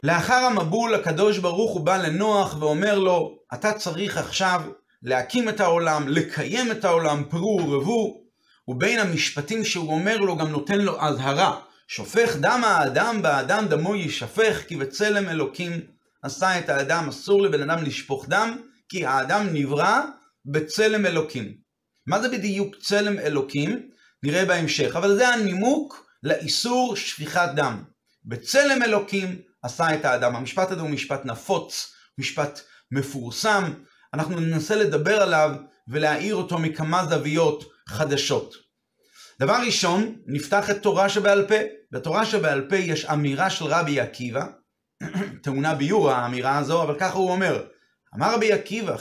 לאחר המבול הקדוש ברוך הוא בא לנוח ואומר לו, אתה צריך עכשיו להקים את העולם, לקיים את העולם, פרו ורבו, ובין המשפטים שהוא אומר לו גם נותן לו אזהרה, שופך דם האדם באדם דמו יישפך, כי בצלם אלוקים עשה את האדם, אסור לבן אדם לשפוך דם, כי האדם נברא בצלם אלוקים. מה זה בדיוק צלם אלוקים? נראה בהמשך, אבל זה הנימוק לאיסור שפיכת דם. בצלם אלוקים עשה את האדם. המשפט הזה הוא משפט נפוץ, משפט מפורסם, אנחנו ננסה לדבר עליו ולהאיר אותו מכמה זוויות חדשות. דבר ראשון, נפתח את תורה שבעל פה. בתורה שבעל פה יש אמירה של רבי עקיבא, טעונה ביור האמירה הזו, אבל ככה הוא אומר, אמר רבי עקיבא,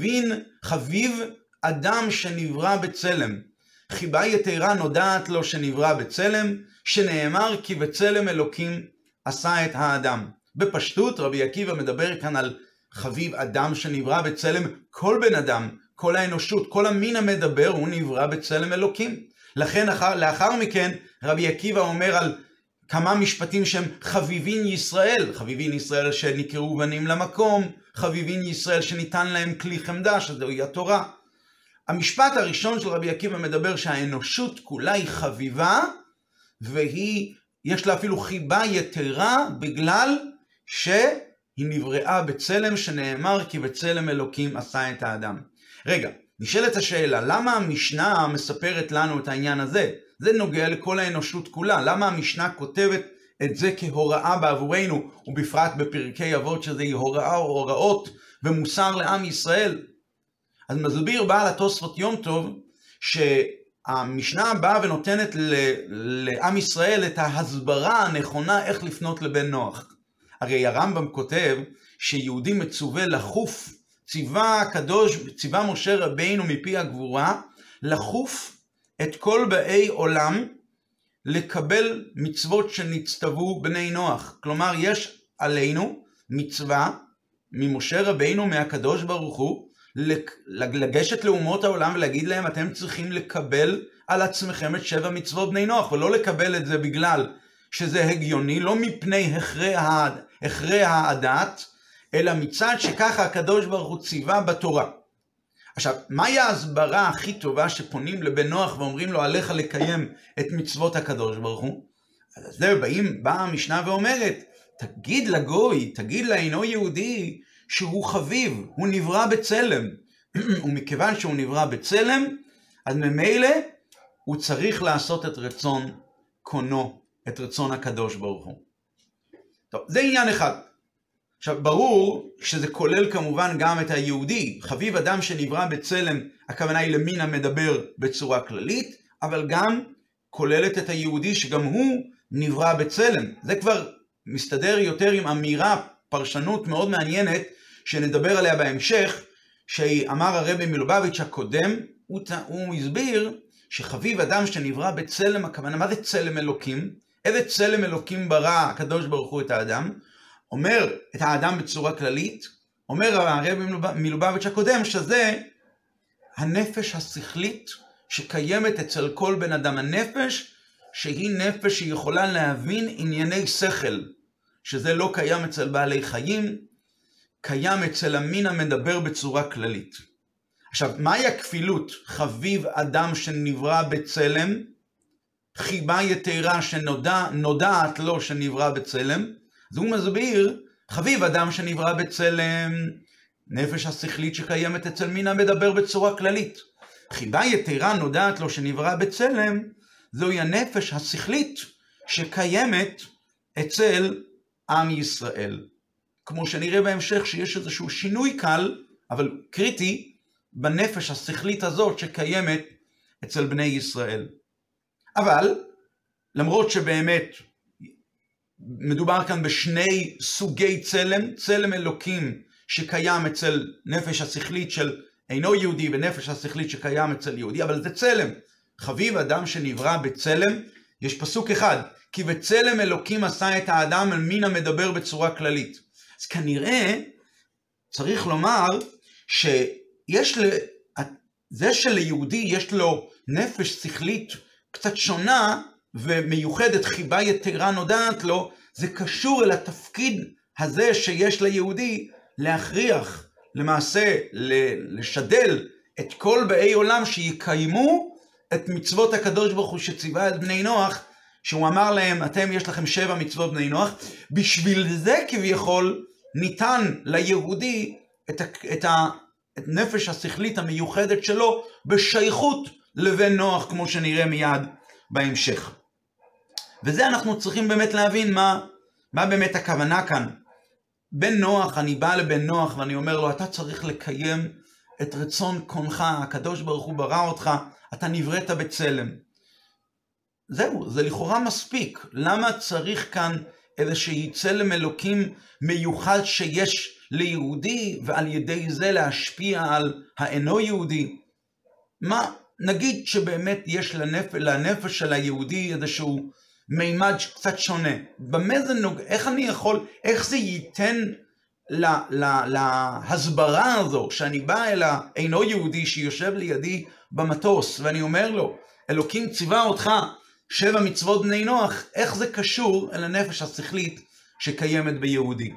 חביב אדם שנברא בצלם, חיבה יתרה נודעת לו שנברא בצלם, שנאמר כי בצלם אלוקים עשה את האדם. בפשטות רבי עקיבא מדבר כאן על חביב אדם שנברא בצלם, כל בן אדם, כל האנושות, כל המין המדבר הוא נברא בצלם אלוקים. לכן לאחר מכן רבי עקיבא אומר על כמה משפטים שהם חביבין ישראל, חביבין ישראל שנקראו בנים למקום, חביבין ישראל שניתן להם כלי חמדה, שזוהי התורה. המשפט הראשון של רבי עקיבא מדבר שהאנושות כולה היא חביבה, ויש לה אפילו חיבה יתרה בגלל שהיא נבראה בצלם, שנאמר כי בצלם אלוקים עשה את האדם. רגע, נשאלת השאלה, למה המשנה מספרת לנו את העניין הזה? זה נוגע לכל האנושות כולה. למה המשנה כותבת את זה כהוראה בעבורנו, ובפרט בפרקי אבות שזה הוראה או הוראות ומוסר לעם ישראל? אז מסביר בעל התוספות יום טוב שהמשנה באה ונותנת לעם ישראל את ההסברה הנכונה איך לפנות לבן נוח. הרי הרמב"ם כותב שיהודי מצווה לחוף, ציווה משה רבינו מפי הגבורה, לחוף את כל באי עולם לקבל מצוות שנצטוו בני נוח. כלומר, יש עלינו מצווה ממשה רבינו, מהקדוש ברוך הוא, לגשת לאומות העולם ולהגיד להם, אתם צריכים לקבל על עצמכם את 7 מצוות בני נוח, ולא לקבל את זה בגלל שזה הגיוני, לא מפני הכרח הדת, אלא מצד שככה הקדוש ברוך הוא ציווה בתורה. עכשיו, מהי ההסברה הכי טובה שפונים לבן נוח ואומרים לו עליך לקיים את מצוות הקדוש ברוך הוא? אז זה באה המשנה ואומרת, תגיד לגוי, תגיד לאינו יהודי שהוא חביב, הוא נברא בצלם. ומכיוון שהוא נברא בצלם, אז ממילא הוא צריך לעשות את רצון קונו, את רצון הקדוש ברוך הוא. טוב, זה עניין אחד. עכשיו, ברור שזה כולל כמובן גם את היהודי. חביב אדם שנברא בצלם, הכוונה היא למין המדבר בצורה כללית, אבל גם כוללת את היהודי שגם הוא נברא בצלם. זה כבר מסתדר יותר עם אמירה, פרשנות מאוד מעניינת, שנדבר עליה בהמשך, שאמר הרבי מלובביץ' הקודם, הוא הסביר שחביב אדם שנברא בצלם, הכוונה, מה זה צלם אלוקים? איזה צלם אלוקים ברא הקדוש ברוך הוא את האדם? אומר את האדם בצורה כללית, אומר הרבי מלובביץ' הקודם, שזה הנפש השכלית שקיימת אצל כל בן אדם. הנפש שהיא נפש שיכולה להבין ענייני שכל, שזה לא קיים אצל בעלי חיים, קיים אצל המין המדבר בצורה כללית. עכשיו, מהי הכפילות? חביב אדם שנברא בצלם, חיבה יתרה שנודעת לו שנברא בצלם. אז הוא מסביר, חביב אדם שנברא בצלם, נפש השכלית שקיימת אצל מין המדבר בצורה כללית. חיבה יתרה נודעת לו שנברא בצלם, זוהי הנפש השכלית שקיימת אצל עם ישראל. כמו שנראה בהמשך שיש איזשהו שינוי קל, אבל קריטי, בנפש השכלית הזאת שקיימת אצל בני ישראל. אבל, למרות שבאמת מדובר כאן בשני סוגי צלם, צלם אלוקים שקיים אצל נפש השכלית של אינו יהודי, ונפש השכלית שקיים אצל יהודי, אבל זה צלם. חביב אדם שנברא בצלם, יש פסוק אחד, כי בצלם אלוקים עשה את האדם על מין המדבר בצורה כללית. אז כנראה צריך לומר זה שליהודי יש לו נפש שכלית קצת שונה ומיוחדת, חיבה יתרה נודעת לו, זה קשור אל התפקיד הזה שיש ליהודי להכריח, למעשה לשדל את כל באי עולם שיקיימו את מצוות הקדוש ברוך הוא שציווה את בני נוח, שהוא אמר להם, אתם יש לכם 7 מצוות בני נוח, בשביל זה כביכול ניתן ליהודי את הנפש השכלית המיוחדת שלו בשייכות לבן נוח, כמו שנראה מיד בהמשך. וזה אנחנו צריכים באמת להבין מה באמת הכוונה כאן. בן נוח, אני בא לבן נוח ואני אומר לו, אתה צריך לקיים את רצון קונך, הקדוש ברוך הוא ברא אותך, אתה נבראת בצלם. זהו, זה לכאורה מספיק. למה צריך כאן איזושהי צלם אלוקים מיוחד שיש ליהודי, ועל ידי זה להשפיע על האינו יהודי? מה, נגיד שבאמת יש לנפש של היהודי איזשהו מימד קצת שונה. במה זה איך זה ייתן להסברה הזו, שאני בא אל האינו יהודי שיושב לידי במטוס, ואני אומר לו, אלוקים ציווה אותך 7 מצוות בני נוח, איך זה קשור אל הנפש השכלית שקיימת ביהודי?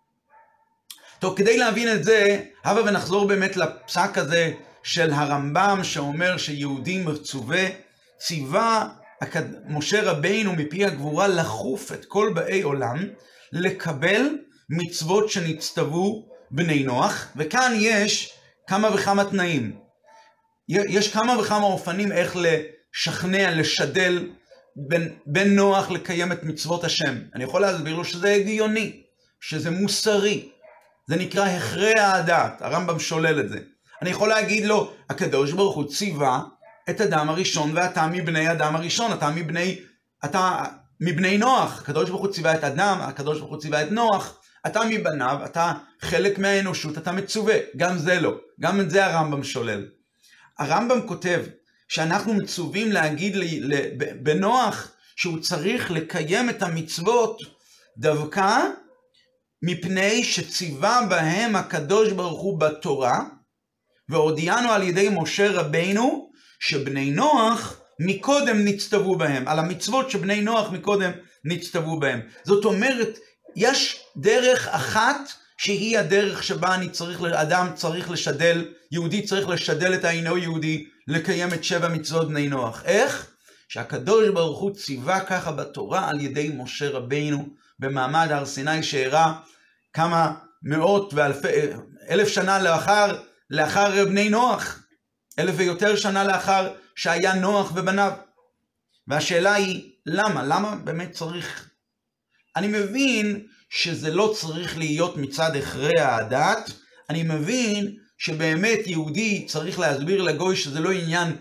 טוב, כדי להבין את זה, הבה ונחזור באמת לפסק הזה של הרמב"ם, שאומר שיהודי מצווה, ציווה משה רבינו מפי הגבורה לחוף את כל באי עולם, לקבל מצוות שנצטוו בני נוח, וכאן יש כמה וכמה תנאים. יש כמה וכמה אופנים איך לשכנע, לשדל בן נוח לקיים את מצוות השם. אני יכול להסביר לו שזה הגיוני, שזה מוסרי. זה נקרא הכרח הדעת, הרמב"ם שולל את זה. אני יכול להגיד לו, הקדוש ברוך הוא ציווה את אדם הראשון, ואתה מבני אדם הראשון, אתה מבני נוח. הקדוש ברוך הוא ציווה את אדם, הקדוש ברוך הוא ציווה את נוח, אתה מבניו, אתה חלק מהאנושות, אתה מצווה. גם זה לא, גם את זה הרמב"ם שולל. הרמב"ם כותב שאנחנו מצווים להגיד בנוח שהוא צריך לקיים את המצוות דווקא מפני שציווה בהם הקדוש ברוך הוא בתורה, והודיענו על ידי משה רבינו שבני נוח מקודם נצטוו בהם, על המצוות שבני נוח מקודם נצטוו בהם. זאת אומרת, יש דרך אחת שהיא הדרך שבה אדם צריך לשדל, יהודי צריך לשדל את האינו יהודי לקיים את 7 מצוות בני נוח. איך? שהקדוש ברוך הוא ציווה ככה בתורה על ידי משה רבינו במעמד הר סיני, שאירע כמה מאות ואלפי, 1000 שנה לאחר בני נוח, 1000 ויותר שנה לאחר שהיה נוח ובניו. והשאלה היא, למה באמת צריך? אני מבין שזה לא צריך להיות מצד הכרח הדעת, אני מבין שבאמת יהודי צריך להסביר לגוי שזה לא עניין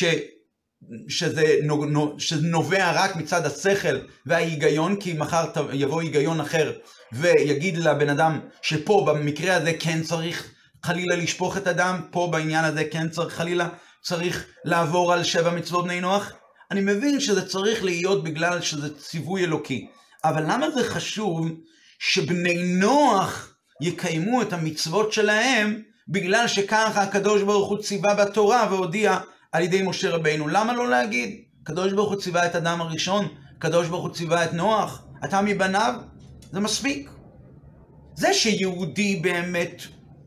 שזה נובע רק מצד השכל וההיגיון, כי מחר יבוא היגיון אחר ויגיד לבן אדם שפה במקרה הזה כן צריך חלילה לשפוך את הדם, פה בעניין הזה כן צריך לעבור על 7 מצוות בני נוח. אני מבין שזה צריך להיות בגלל שזה ציווי אלוקי, אבל למה זה חשוב שבני נוח יקיימו את המצוות שלהם? בגלל שככה הקדוש ברוך הוא ציווה בתורה והודיע על ידי משה רבינו. למה לא להגיד? הקדוש ברוך הוא ציווה את אדם הראשון, הקדוש ברוך הוא ציווה את נוח, אתה מבניו, זה מספיק. זה שיהודי באמת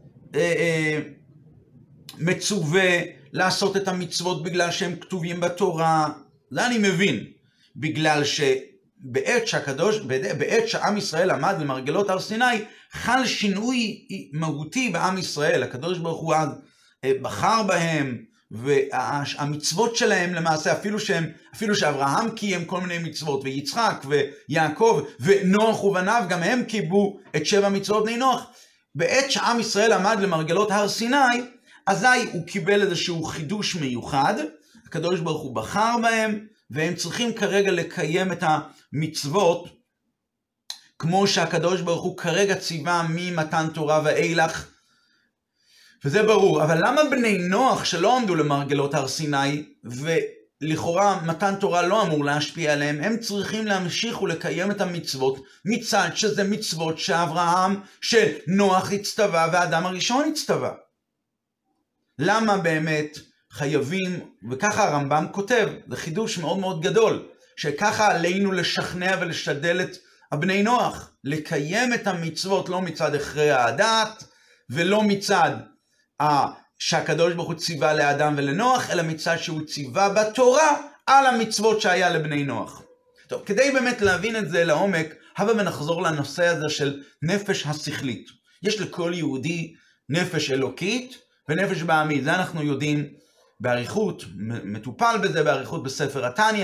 מצווה לעשות את המצוות בגלל שהם כתובים בתורה, זה אני מבין. בגלל שבעת שעם ישראל עמד במרגלות הר סיני, חל שינוי מהותי בעם ישראל. הקדוש ברוך הוא אז בחר בהם, והמצוות שלהם למעשה, אפילו שאברהם קיים כל מיני מצוות, ויצחק ויעקב ונוח ובניו, גם הם קיבלו את 7 מצוות בני נוח. בעת שעם ישראל עמד למרגלות הר סיני, אזי הוא קיבל איזשהו חידוש מיוחד, הקדוש ברוך הוא בחר בהם, והם צריכים כרגע לקיים את המצוות, כמו שהקדוש ברוך הוא כרגע ציווה ממתן תורה ואילך, וזה ברור. אבל למה בני נוח שלא עמדו למרגלות הר סיני, ולכאורה מתן תורה לא אמור להשפיע עליהם, הם צריכים להמשיך ולקיים את המצוות, מצד שזה מצוות שאברהם, שנוח הצטווה והאדם הראשון הצטווה? למה באמת חייבים, וככה הרמב"ם כותב, זה חידוש מאוד מאוד גדול, שככה עלינו לשכנע ולשדל את הבני נוח, לקיים את המצוות לא מצד הכרח הדעת, ולא מצד שהקדוש ברוך הוא ציווה לאדם ולנוח, אלא מצד שהוא ציווה בתורה על המצוות שהיה לבני נוח. טוב, כדי באמת להבין את זה לעומק, הבה ונחזור לנושא הזה של נפש השכלית. יש לכל יהודי נפש אלוקית ונפש בהמית, זה אנחנו יודעים בעריכות, מטופל בזה בעריכות בספר התניא.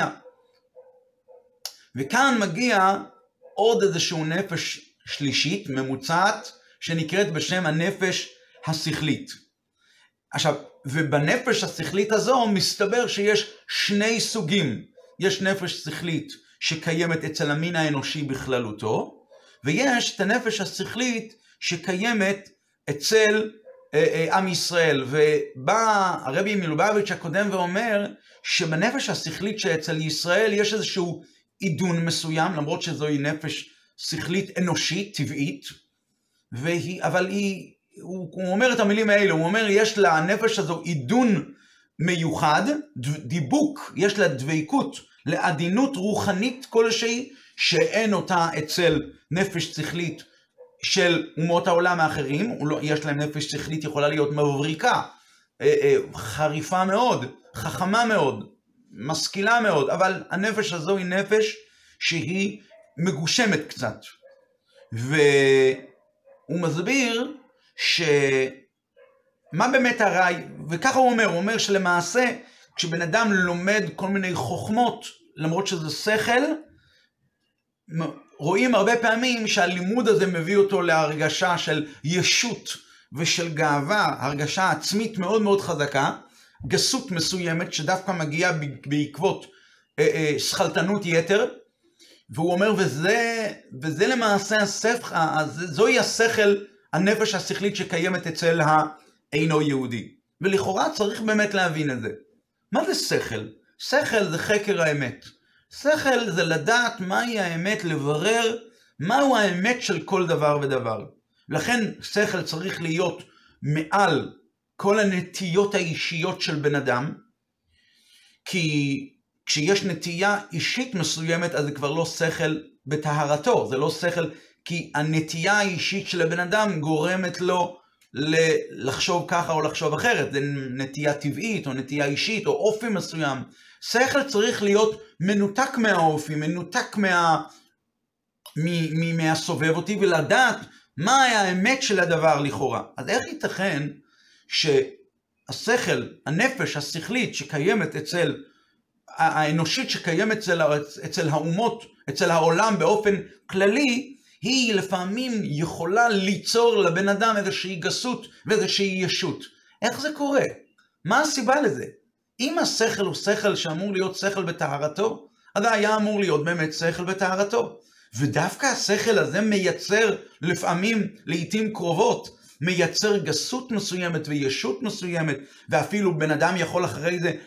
וכאן מגיע עוד איזשהו נפש שלישית, ממוצעת, שנקראת בשם הנפש השכלית. עכשיו, ובנפש השכלית הזו מסתבר שיש שני סוגים. יש נפש שכלית שקיימת אצל המין האנושי בכללותו, ויש את הנפש השכלית שקיימת אצל עם ישראל. ובא הרבי מלובביץ' הקודם ואומר שבנפש השכלית שאצל ישראל יש איזשהו עידון מסוים, למרות שזוהי נפש שכלית אנושית, טבעית, אבל הוא אומר את המילים האלה, הוא אומר יש לנפש הזו עידון מיוחד, דיבוק, יש לה דבקות, לעדינות רוחנית כלשהי, שאין אותה אצל נפש שכלית של אומות העולם האחרים. יש להם נפש שכלית יכולה להיות מבריקה, חריפה מאוד, חכמה מאוד, משכילה מאוד, אבל הנפש הזו היא נפש שהיא מגושמת קצת. והוא מסביר מה באמת הרעי, וככה הוא אומר שלמעשה כשבן אדם לומד כל מיני חוכמות, למרות שזה שכל, רואים הרבה פעמים שהלימוד הזה מביא אותו להרגשה של ישות ושל גאווה, הרגשה עצמית מאוד מאוד חזקה, גסות מסוימת שדווקא מגיעה בעקבות שכלתנות יתר, והוא אומר וזה למעשה זוהי השכל, הנפש השכלית שקיימת אצל האינו יהודי. ולכאורה צריך באמת להבין את זה. מה זה שכל? שכל זה חקר האמת. שכל זה לדעת מהי האמת, לברר מהו האמת של כל דבר ודבר. לכן שכל צריך להיות מעל כל הנטיות האישיות של בן אדם, כי כשיש נטייה אישית מסוימת, אז זה כבר לא שכל בטהרתו, זה לא שכל, כי הנטייה האישית של הבן אדם גורמת לו לחשוב ככה או לחשוב אחרת, זה נטייה טבעית או נטייה אישית או אופי מסוים. שכל צריך להיות מנותק מהאופי, מנותק מהסובב אותי, ולדעת מה האמת של הדבר לכאורה. אז איך ייתכן שהשכל, הנפש השכלית שקיימת אצל האנושית, שקיימת אצל האומות, אצל העולם באופן כללי, היא לפעמים יכולה ליצור לבן אדם איזושהי גסות ואיזושהי ישות. איך זה קורה? מה הסיבה לזה? אם השכל הוא שכל שאמור להיות שכל בטהרתו, אז היה אמור להיות באמת שכל בטהרתו. ודווקא השכל הזה מייצר לפעמים, לעתים קרובות, מייצר גסות מסוימת וישות מסוימת, ואפילו בן אדם יכול אחרי זה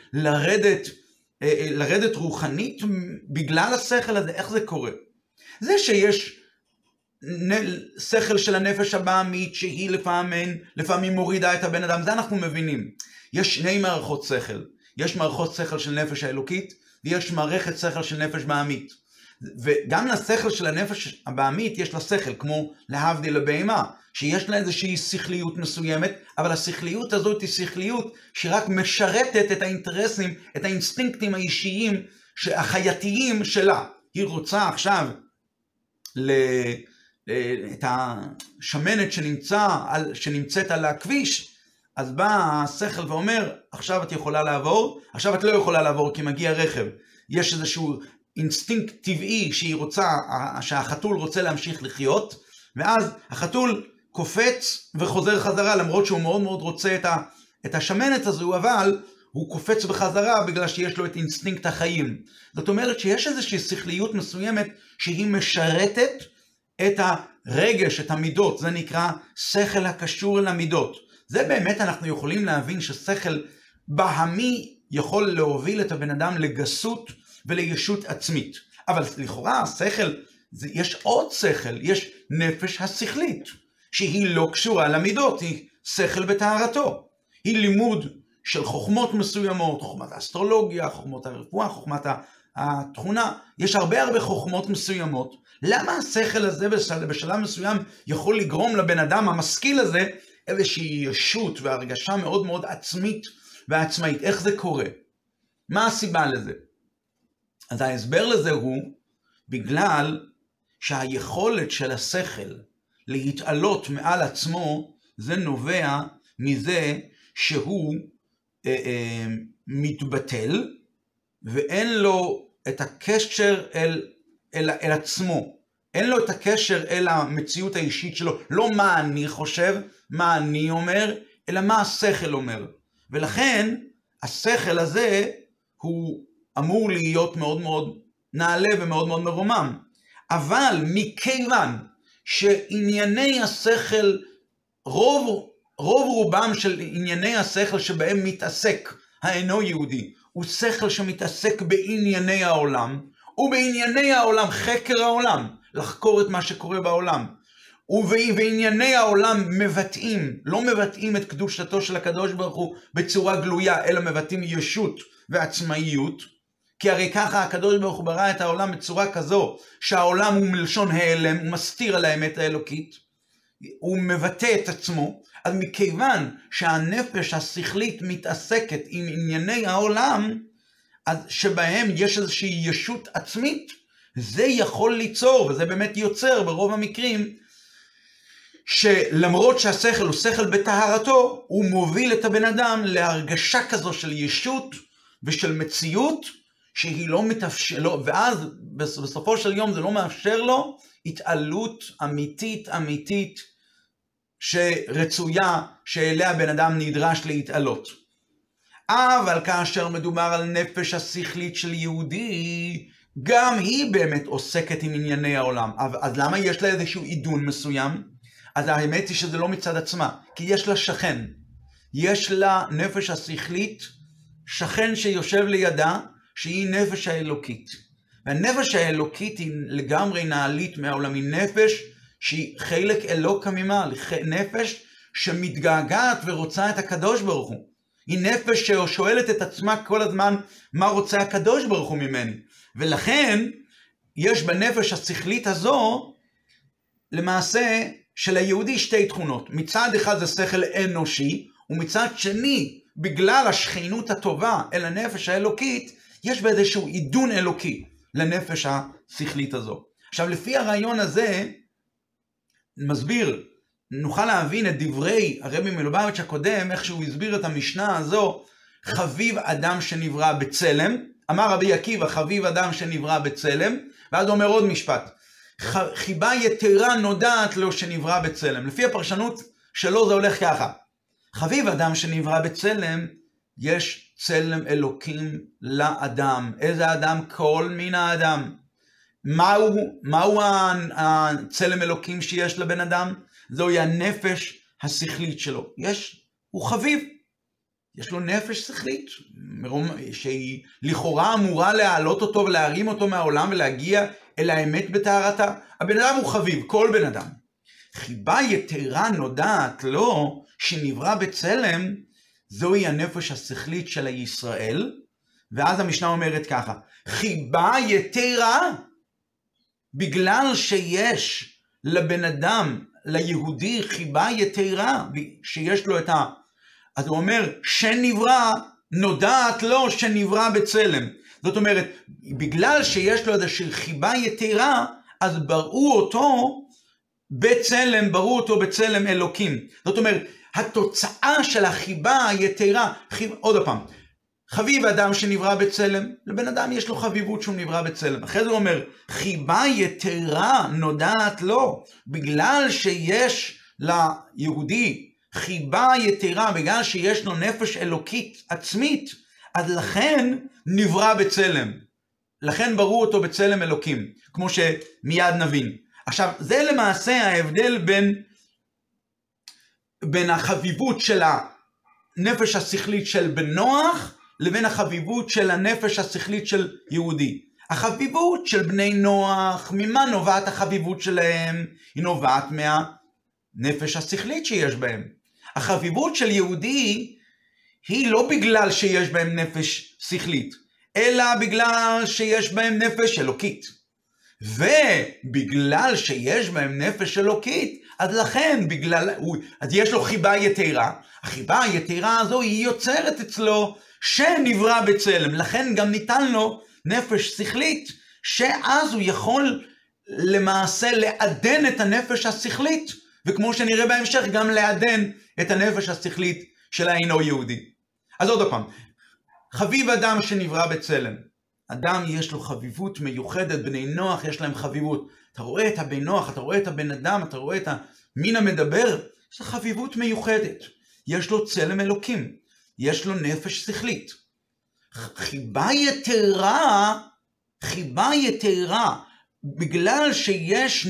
לרדת רוחנית בגלל השכל הזה. איך זה קורה? זה שיש שכל של הנפש הבהמית שהיא לפעמים מורידה את הבן אדם, זה אנחנו מבינים. יש שני מערכות שכל. יש מערכות שכל של נפש האלוקית, ויש מערכת שכל של נפש בהמית. וגם לשכל של הנפש הבהמית יש לה שכל, כמו להבדיל לבהמה, שיש לה איזושהי שכליות מסוימת, אבל השכליות הזאת היא שכליות שרק משרתת את האינטרסים, את האינסטינקטים האישיים, החייתיים שלה. היא רוצה עכשיו את השמנת שנמצאת על הכביש, אז בא השכל ואומר, עכשיו את יכולה לעבור, עכשיו את לא יכולה לעבור כי מגיע רכב. יש איזשהו אינסטינקט טבעי שהחתול רוצה להמשיך לחיות, ואז החתול קופץ וחוזר חזרה, למרות שהוא מאוד מאוד רוצה את השמנת הזו, אבל הוא קופץ בחזרה בגלל שיש לו את אינסטינקט החיים. זאת אומרת שיש איזושהי שכליות מסוימת שהיא משרתת את הרגש, את המידות, זה נקרא שכל הקשור למידות. זה באמת אנחנו יכולים להבין ששכל בהמי יכול להוביל את הבן אדם לגסות ולישות עצמית. אבל לכאורה השכל, יש עוד שכל, יש נפש השכלית, שהיא לא קשורה למידות, היא שכל בטהרתו. היא לימוד של חוכמות מסוימות, חוכמת האסטרולוגיה, חוכמות הרפואה, חוכמת התכונה, יש הרבה חוכמות מסוימות. למה השכל הזה בשלב מסוים יכול לגרום לבן אדם המשכיל הזה איזושהי ישות והרגשה מאוד מאוד עצמית ועצמאית? איך זה קורה? מה הסיבה לזה? אז ההסבר לזה הוא בגלל שהיכולת של השכל להתעלות מעל עצמו, זה נובע מזה שהוא מתבטל, ואין לו את הקשר אל עצמו. אין לו את הקשר אל המציאות האישית שלו. לא מה אני חושב, מה אני אומר, אלא מה השכל אומר. ולכן השכל הזה הוא אמור להיות מאוד מאוד נעלה ומאוד מאוד מרומם. אבל מכיוון שענייני השכל, רוב רובם של ענייני השכל שבהם מתעסק האינו יהודי, הוא שכל שמתעסק בענייני העולם, ובענייני העולם, חקר העולם, לחקור את מה שקורה בעולם. ובענייני העולם לא מבטאים את קדושתו של הקדוש ברוך הוא בצורה גלויה, אלא מבטאים ישות ועצמאיות. כי הרי ככה הקדוש ברוך הוא ברא את העולם בצורה כזו, שהעולם הוא מלשון העלם, הוא מסתיר על האמת האלוקית, הוא מבטא את עצמו. אז מכיוון שהנפש השכלית מתעסקת עם ענייני העולם, אז שבהם יש איזושהי ישות עצמית, זה יכול ליצור, וזה באמת יוצר ברוב המקרים, שלמרות שהשכל הוא שכל בטהרתו, הוא מוביל את הבן אדם להרגשה כזו של ישות ושל מציאות, שהיא לא מתאפשר, ואז בסופו של יום זה לא מאפשר לו התעלות אמיתית שרצויה, שאליה בן אדם נדרש להתעלות. אבל כאשר מדובר על נפש השכלית של יהודי, גם היא באמת עוסקת עם ענייני העולם. אז למה יש לה איזשהו עידון מסוים? אז האמת היא שזה לא מצד עצמה, כי יש לה שכן. יש לה נפש השכלית, שכן שיושב לידה, שהיא נפש האלוקית. והנפש האלוקית היא לגמרי נעלית מהעולם, היא נפש שהיא חלק אלוקא ממעל, נפש שמתגעגעת ורוצה את הקדוש ברוך הוא. היא נפש ששואלת את עצמה כל הזמן מה רוצה הקדוש ברוך הוא ממני. ולכן יש בנפש השכלית הזו למעשה של היהודי שתי תכונות. מצד אחד זה שכל אנושי, ומצד שני בגלל השכנות הטובה אל הנפש האלוקית, יש באיזשהו עידון אלוקי לנפש השכלית הזו. עכשיו לפי הרעיון הזה, מסביר, נוכל להבין את דברי הרבי מלובביץ' הקודם, איך שהוא הסביר את המשנה הזו, חביב אדם שנברא בצלם, אמר רבי עקיבא, חביב אדם שנברא בצלם, ואז הוא אומר עוד משפט, חיבה יתרה נודעת לו שנברא בצלם. לפי הפרשנות שלו זה הולך ככה, חביב אדם שנברא בצלם, יש צלם אלוקים לאדם. איזה אדם? כל מין האדם. מהו הצלם אלוקים שיש לבן אדם? זוהי הנפש השכלית שלו. הוא חביב. יש לו נפש שכלית, שהיא לכאורה אמורה להעלות אותו ולהרים אותו מהעולם ולהגיע אל האמת בטהרתה. הבן אדם הוא חביב, כל בן אדם. חיבה יתרה נודעת לו שנברא בצלם, זוהי הנפש השכלית של הישראל. ואז המשנה אומרת ככה, חיבה יתרה, בגלל שיש לבן אדם, ליהודי חיבה יתרה, שיש לו את אז הוא אומר, שנברא, נודעת לו שנברא בצלם. זאת אומרת, בגלל שיש לו איזושהי חיבה יתרה, אז בראו אותו בצלם אלוקים. זאת אומרת, התוצאה של החיבה היתרה, עוד פעם, חביב אדם שנברא בצלם, לבן אדם יש לו חביבות שהוא נברא בצלם. אחרי זה הוא אומר, חיבה יתרה נודעת לו, בגלל שיש ליהודי חיבה יתרה, בגלל שיש לו נפש אלוקית עצמית, אז לכן נברא בצלם. לכן בראו אותו בצלם אלוקים, כמו שמיד נבין. עכשיו, זה למעשה ההבדל בין החביבות של הנפש השכלית של בן נוח, לבין החביבות של הנפש השכלית של יהודי. החביבות של בני נוח, ממה נובעת החביבות שלהם? היא נובעת מהנפש השכלית שיש בהם. החביבות של יהודי היא לא בגלל שיש בהם נפש שכלית, אלא בגלל שיש בהם נפש אלוקית. ובגלל שיש בהם נפש אלוקית, אז לכן, אז יש לו חיבה יתרה. החיבה היתרה הזו היא יוצרת אצלו שנברא בצלם. לכן גם ניתן לו נפש שכלית, שאז הוא יכול למעשה לעדן את הנפש השכלית, וכמו שנראה בהמשך, גם לעדן את הנפש השכלית של האינו יהודי. אז עוד פעם, חביב אדם שנברא בצלם. אדם יש לו חביבות מיוחדת, בני נוח יש להם חביבות. אתה רואה את הבן נוח, אתה רואה את הבן אדם, אתה רואה את המין המדבר, יש לו חביבות מיוחדת. יש לו צלם אלוקים, יש לו נפש שכלית. חיבה יתרה, בגלל שיש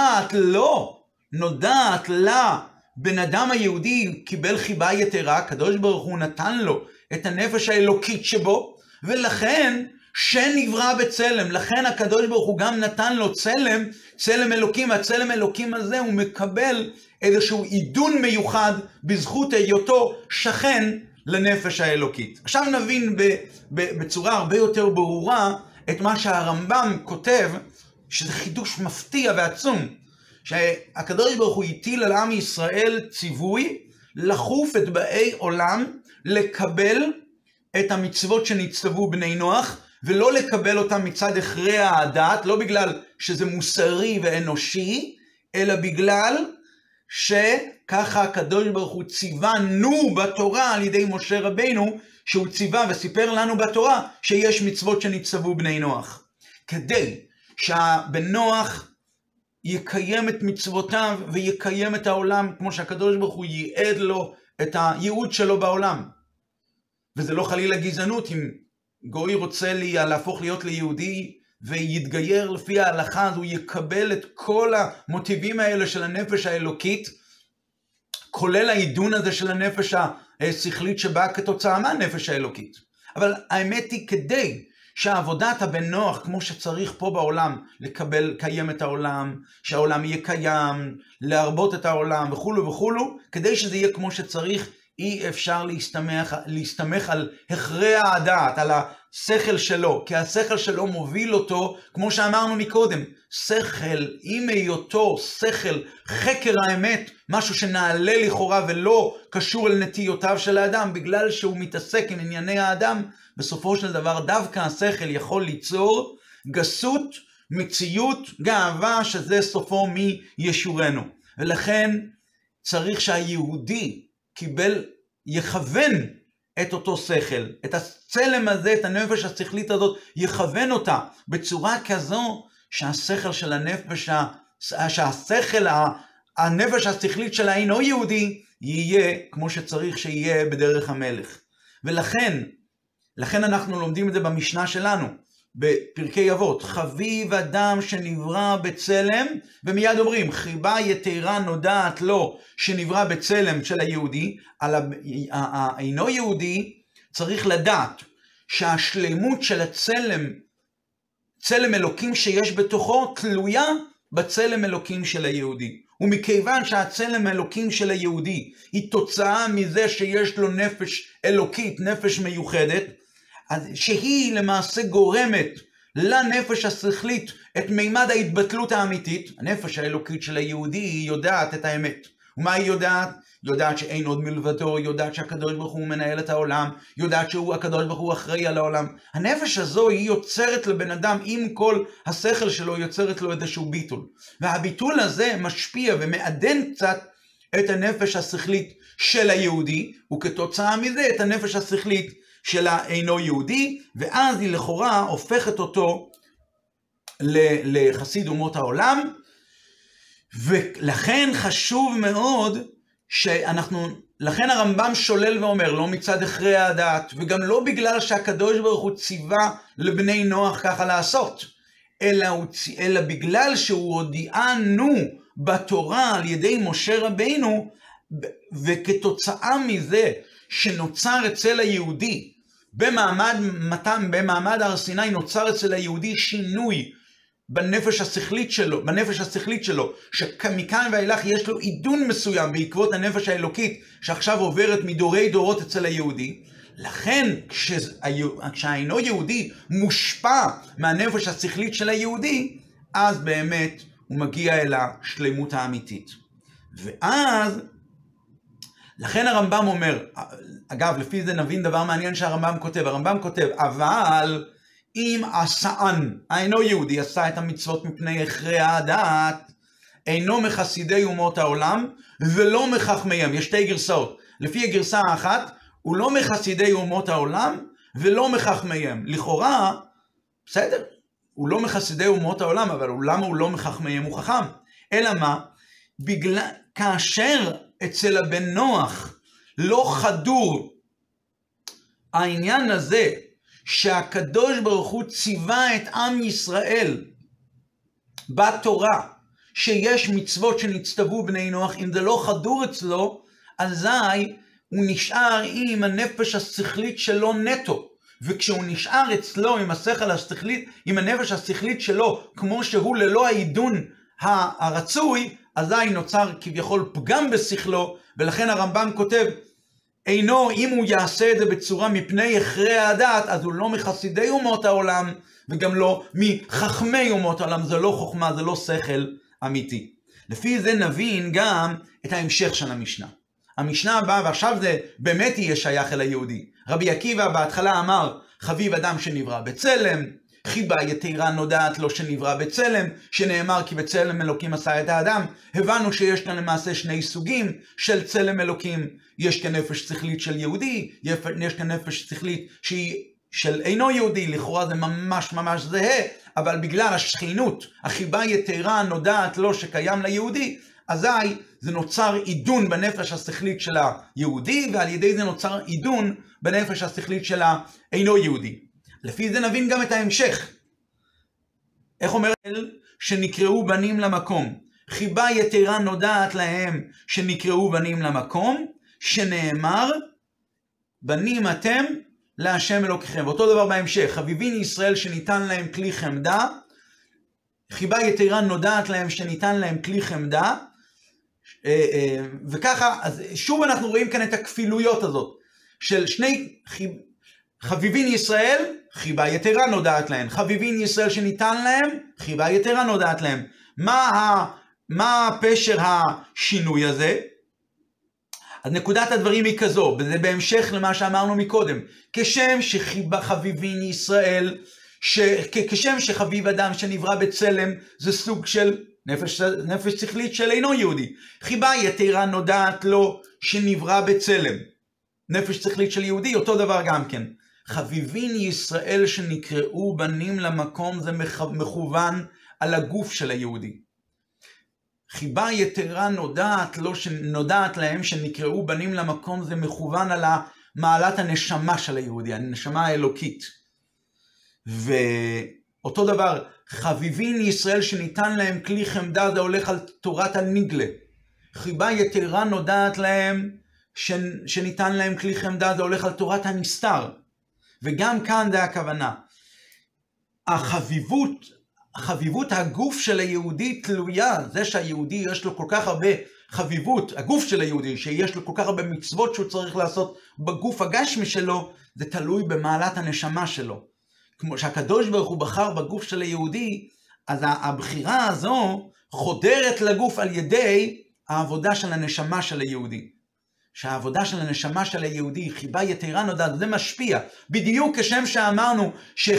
נודעת לה, בן אדם היהודי קיבל חיבה יתרה, הקדוש ברוך הוא נתן לו את הנפש האלוקית שבו, ולכן שנברא בצלם, לכן הקדוש ברוך הוא גם נתן לו צלם אלוקים, והצלם אלוקים הזה הוא מקבל איזשהו עידון מיוחד בזכות היותו שכן לנפש האלוקית. עכשיו נבין בצורה הרבה יותר ברורה את מה שהרמב"ם כותב, שזה חידוש מפתיע ועצום, שהקדוש ברוך הוא הטיל על עם ישראל ציווי לחוף את באי עולם, לקבל את המצוות שנצטוו בני נוח, ולא לקבל אותם מצד הכרח הדעת, לא בגלל שזה מוסרי ואנושי, אלא בגלל שככה הקדוש ברוך הוא ציוונו בתורה על ידי משה רבינו, שהוא ציווה וסיפר לנו בתורה שיש מצוות שנצטוו בני נוח. כדי שהבן נוח יקיים את מצוותיו ויקיים את העולם, כמו שהקדוש ברוך הוא ייעד לו את הייעוד שלו בעולם. וזה לא חלילה גזענות, אם גוי רוצה להפוך להיות ליהודי ויתגייר לפי ההלכה, אז הוא יקבל את כל המוטיבים האלה של הנפש האלוקית, כולל העידון הזה של הנפש השכלית שבאה כתוצאה מהנפש האלוקית. אבל האמת היא, כדי שעבודת הבן נוח כמו שצריך פה בעולם, לקיים את העולם, שהעולם יהיה קיים, להרבות את העולם וכולו וכולו, כדי שזה יהיה כמו שצריך, אי אפשר להסתמך על הכרח הדעת, על השכל שלו, כי השכל שלו מוביל אותו, כמו שאמרנו מקודם, שכל, עם היותו שכל, חקר האמת, משהו שנעלה לכאורה ולא קשור אל נטיותיו של האדם, בגלל שהוא מתעסק עם ענייני האדם, בסופו של דבר דווקא השכל יכול ליצור גסות, מציאות, גאווה, שזה סופו מי ישורנו. ולכן צריך שהיהודי יכוון את אותו שכל, את הצלם הזה, את הנפש השכלית הזאת, יכוון אותה בצורה כזו שהשכל של הנפש השכלית של האינו יהודי יהיה כמו שצריך שיהיה בדרך המלך. ולכן אנחנו לומדים את זה במשנה שלנו, בפרקי אבות, חביב אדם שנברא בצלם, ומיד אומרים, חיבה יתרה נודעת לו שנברא בצלם של היהודי, על האינו יהודי צריך לדעת שהשלמות של צלם אלוקים שיש בתוכו, תלויה בצלם אלוקים של היהודי. ומכיוון שהצלם אלוקים של היהודי היא תוצאה מזה שיש לו נפש אלוקית, נפש מיוחדת, שהיא למעשה גורמת לנפש השכלית את מימד ההתבטלות האמיתית. הנפש האלוקית של היהודי היא יודעת את האמת. ומה היא יודעת? יודעת שאין עוד מלבדו, יודעת שהקדוש ברוך הוא מנהל את העולם, יודעת שהקדוש ברוך הוא אחראי על העולם. הנפש הזו היא יוצרת לבן אדם, עם כל השכל שלו יוצרת לו איזשהו ביטול. והביטול הזה משפיע ומעדן קצת את הנפש השכלית של היהודי, וכתוצאה מזה את הנפש השכלית של האינו יהודי, ואז היא לכאורה הופכת אותו לחסיד אומות העולם. ולכן חשוב מאוד לכן הרמב"ם שולל ואומר, לא מצד הכרח הדעת, וגם לא בגלל שהקדוש ברוך הוא ציווה לבני נוח ככה לעשות, אלא בגלל שהוא הודיענו בתורה על ידי משה רבינו, וכתוצאה מזה שנוצר אצל היהודי, במעמד הר סיני נוצר אצל היהודי שינוי בנפש השכלית שלו, שמכאן ואילך יש לו עידון מסוים בעקבות הנפש האלוקית שעכשיו עוברת מדורי דורות אצל היהודי. לכן כשהאינו יהודי מושפע מהנפש השכלית של היהודי, אז באמת הוא מגיע אל השלמות האמיתית. ואז, לכן הרמב"ם אומר, אגב, לפי זה נבין דבר מעניין שהרמב"ם כותב. הרמב"ם כותב, אבל אם עשאן, האינו יהודי, עשה את המצוות מפני הכרח הדעת, אינו מחסידי אומות העולם ולא מחכמיהם. יש שתי גרסאות. לפי הגרסה האחת, הוא לא מחסידי אומות העולם ולא מחכמיהם. לכאורה, בסדר, הוא לא מחסידי אומות העולם, אבל למה הוא לא מחכמיהם? הוא חכם. אלא מה? כאשר אצל הבן נוח לא חדור העניין הזה שהקדוש ברוך הוא ציווה את עם ישראל בתורה, שיש מצוות שנצטוו בני נוח, אם זה לא חדור אצלו, אזי הוא נשאר עם הנפש השכלית שלו נטו. וכשהוא נשאר אצלו עם השכל השכלית, עם הנפש השכלית שלו, כמו שהוא ללא העידון הרצוי, אזי נוצר כביכול פגם בשכלו, ולכן הרמב"ם כותב, אינו, אם הוא יעשה את זה בצורה מפני הכרח הדעת, אז הוא לא מחסידי אומות העולם, וגם לא מחכמי אומות העולם. זה לא חוכמה, זה לא שכל אמיתי. לפי זה נבין גם את ההמשך של המשנה. המשנה הבאה, ועכשיו זה באמת יהיה שייך אל היהודי. רבי עקיבא בהתחלה אמר, חביב אדם שנברא בצלם, חיבה יתרה נודעת לו שנברא בצלם, שנאמר כי בצלם אלוקים עשה את האדם. הבנו שיש כאן למעשה שני סוגים של צלם אלוקים. יש כאן נפש שכלית של יהודי, יש כאן נפש שכלית שהיא של אינו יהודי. לכאורה זה ממש ממש זהה, אבל בגלל השכינות, החיבה יתרה נודעת לו שקיים ליהודי, אזי זה נוצר עידון בנפש השכלית של היהודי, ועל ידי זה נוצר עידון בנפש השכלית של האינו יהודי. לפי זה נבין גם את ההמשך. איך אומר אל שנקראו בנים למקום? חיבה יתרה נודעת להם שנקראו בנים למקום, שנאמר, בנים אתם להשם אלוקיכם. ואותו דבר בהמשך, חביבין ישראל שניתן להם כלי חמדה, חיבה יתרה נודעת להם שניתן להם כלי חמדה, וככה, אז שוב אנחנו רואים כאן את הכפילויות הזאת, של שני חביבין ישראל, חיבה יתרה נודעת להם. חביבין ישראל שניתן להם, חיבה יתרה נודעת להם. מה פשר השינוי הזה? אז נקודת הדברים היא כזו, וזה בהמשך למה שאמרנו מקודם. כשם שחביבין ישראל, כשם שחביב אדם שנברא בצלם, זה סוג של נפש שכלית של אינו יהודי. חיבה יתרה נודעת לו שנברא בצלם. נפש שכלית של יהודי, אותו דבר גם כן. חביבין ישראל שנקראו בנים למקום, זה מכוון על הגוף של היהודי. חיבה יתרה נודעת להם שנקראו בנים למקום, זה מכוון על מעלת הנשמה של היהודי, הנשמה האלוקית. ואותו דבר, חביבין ישראל שניתן להם כלי חמדה, זה הולך על תורת הנגלה. חיבה יתרה נודעת להם שניתן להם כלי חמדה, זה הולך על תורת הנסתר. וגם כאן זה הכוונה. חביבות הגוף של היהודי תלויה, זה שהיהודי יש לו כל כך הרבה חביבות, הגוף של היהודי, שיש לו כל כך הרבה מצוות שהוא צריך לעשות בגוף הגשמי שלו, זה תלוי במעלת הנשמה שלו. כמו שהקדוש ברוך הוא בחר בגוף של היהודי, אז הבחירה הזו חודרת לגוף על ידי העבודה של הנשמה של היהודי. שהעבודה של הנשמה של היהודי, חיבה יתרה נודעת, זה משפיע. בדיוק כשם שאמרנו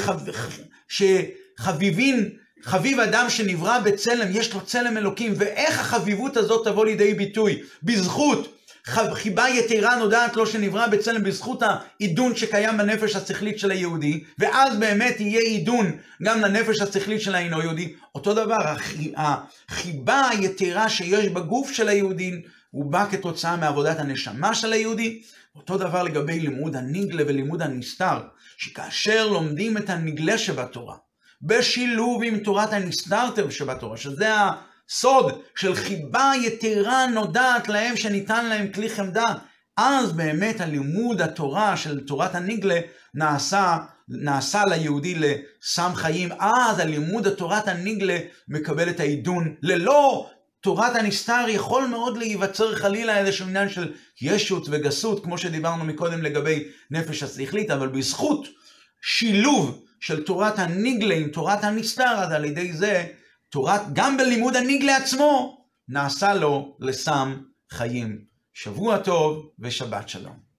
חביב אדם שנברא בצלם, יש לו צלם אלוקים, ואיך החביבות הזאת תבוא לידי ביטוי? בזכות חיבה יתרה נודעת לו שנברא בצלם, בזכות העידון שקיים בנפש השכלית של היהודי, ואז באמת יהיה עידון גם לנפש השכלית של האינו יהודי. אותו דבר, החיבה היתרה שיש בגוף של היהודי, הוא בא כתוצאה מעבודת הנשמה של היהודי. אותו דבר לגבי לימוד הנגלה ולימוד הנסתר, שכאשר לומדים את הנגלה שבתורה, בשילוב עם תורת הנסתר שבתורה, שזה הסוד של חיבה יתרה נודעת להם שניתן להם כלי חמדה, אז באמת הלימוד התורה של תורת הנגלה נעשה ליהודי לסם חיים. אז הלימוד התורת הנגלה מקבל את העידון ללא תורת הנסתר יכול מאוד להיווצר חלילה איזשהו עניין של ישות וגסות, כמו שדיברנו מקודם לגבי נפש השכלית, אבל בזכות שילוב של תורת הנגלה עם תורת הנסתר, אז על ידי זה, גם בלימוד הנגלה עצמו, נעשה לו לסם חיים. שבוע טוב ושבת שלום.